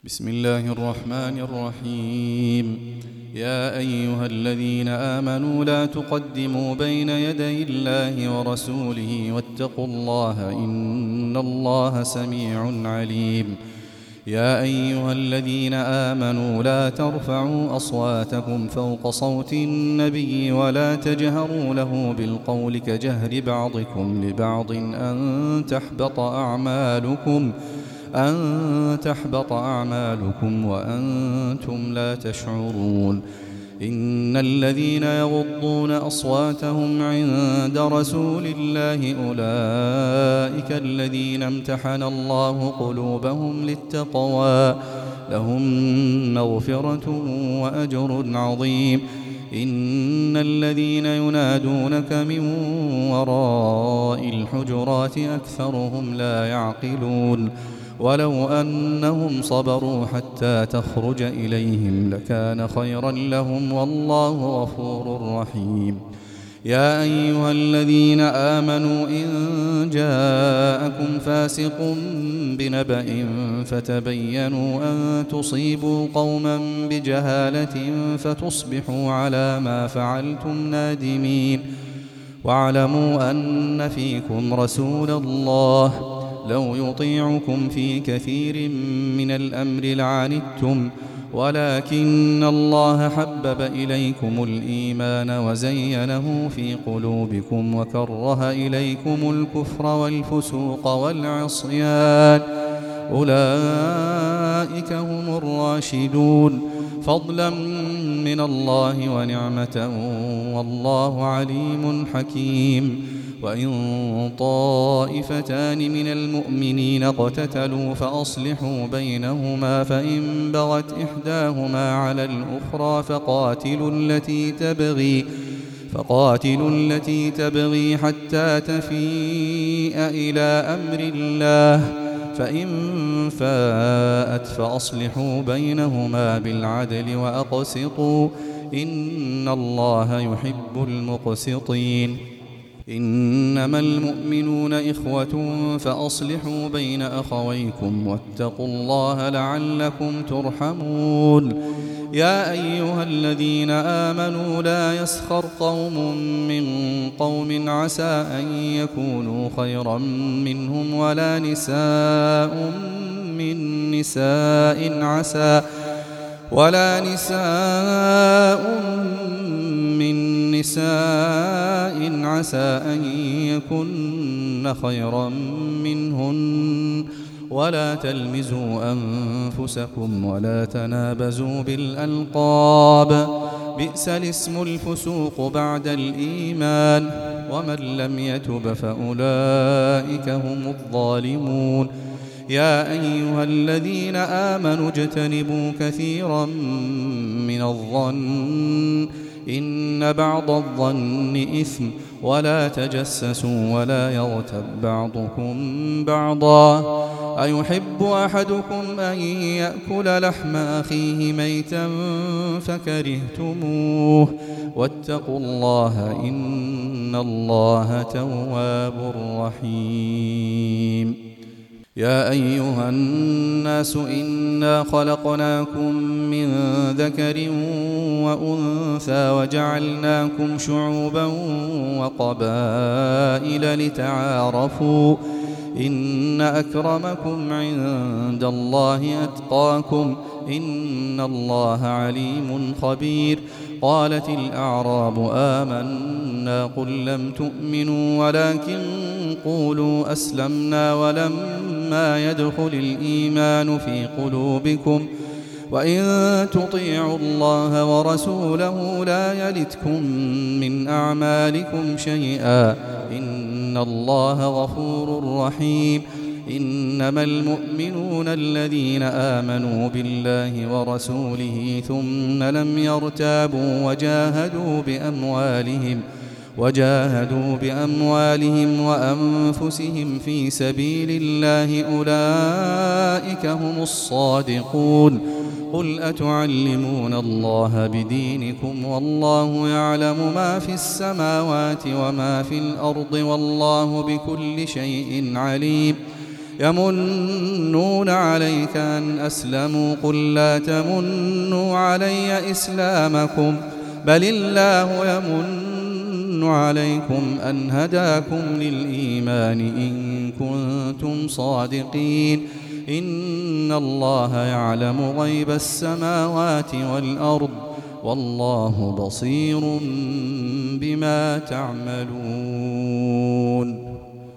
بسم الله الرحمن الرحيم. يا أيها الذين آمنوا لا تقدموا بين يدي الله ورسوله واتقوا الله إن الله سميع عليم. يا أيها الذين آمنوا لا ترفعوا أصواتكم فوق صوت النبي ولا تجهروا له بالقول كجهر بعضكم لبعض أن تحبط أعمالكم وأنتم لا تشعرون. إن الذين يغضون أصواتهم عند رسول الله أولئك الذين امتحن الله قلوبهم للتقوى لهم مغفرة وأجر عظيم. إن الذين ينادونك من وراء الحجرات أكثرهم لا يعقلون. ولو أنهم صبروا حتى تخرج إليهم لكان خيرا لهم والله غفور رحيم. يا أيها الذين آمنوا إن جاءكم فاسق بنبأ فتبينوا أن تصيبوا قوما بجهالة فتصبحوا على ما فعلتم نادمين. واعلموا أن فيكم رسول الله لو يطيعكم في كثير من الأمر لعنتم ولكن الله حبب إليكم الإيمان وزينه في قلوبكم وكره إليكم الكفر والفسوق والعصيان أولئك هم الراشدون فضلا من الله ونعمة والله عليم حكيم. وإن طائفتان من المؤمنين اقتتلوا فأصلحوا بينهما فإن بغت إحداهما على الأخرى فقاتلوا التي تبغي حتى تفيء إلى أمر الله فإن فاءت فأصلحوا بينهما بالعدل وأقسطوا إن الله يحب المقسطين. إنما المؤمنون إخوة فأصلحوا بين أخويكم واتقوا الله لعلكم ترحمون. يا أيها الذين آمنوا لا يسخر قوم من قوم عسى أن يكونوا خيرا منهم ولا نساء من نساء عسى أن يكن خيرا منهن ولا تلمزوا أنفسكم ولا تنابزوا بالألقاب بئس الاسم الفسوق بعد الإيمان ومن لم يتب فأولئك هم الظالمون. يا أيها الذين آمنوا اجتنبوا كثيرا من الظن إن بعض الظن إثم ولا تجسسوا ولا يغتب بعضكم بعضا أيحب أحدكم أن يأكل لحم أخيه ميتا فكرهتموه واتقوا الله إن الله تواب رحيم. يا أيها الناس إنا خلقناكم من ذكر وأنثى وجعلناكم شعوبا وقبائل لتعارفوا إن أكرمكم عند الله أتقاكم إن الله عليم خبير. قالت الأعراب آمنا قل لم تؤمنوا ولكن قولوا أسلمنا ولما يدخل الإيمان في قلوبكم وإن تطيعوا الله ورسوله لا يلتكم من أعمالكم شيئا إن الله غفور رحيم. إنما المؤمنون الذين آمنوا بالله ورسوله ثم لم يرتابوا وجاهدوا بأموالهم وأنفسهم في سبيل الله أولئك هم الصادقون. قل أتعلمون الله بدينكم والله يعلم ما في السماوات وما في الأرض والله بكل شيء عليم. يمنون عليك أن أسلموا قل لا تمنوا علي إسلامكم بل الله يمن عليكم أن هداكم للإيمان إن كنتم صادقين إن الله يعلم غيب السماوات والأرض والله بصير بما تعملون.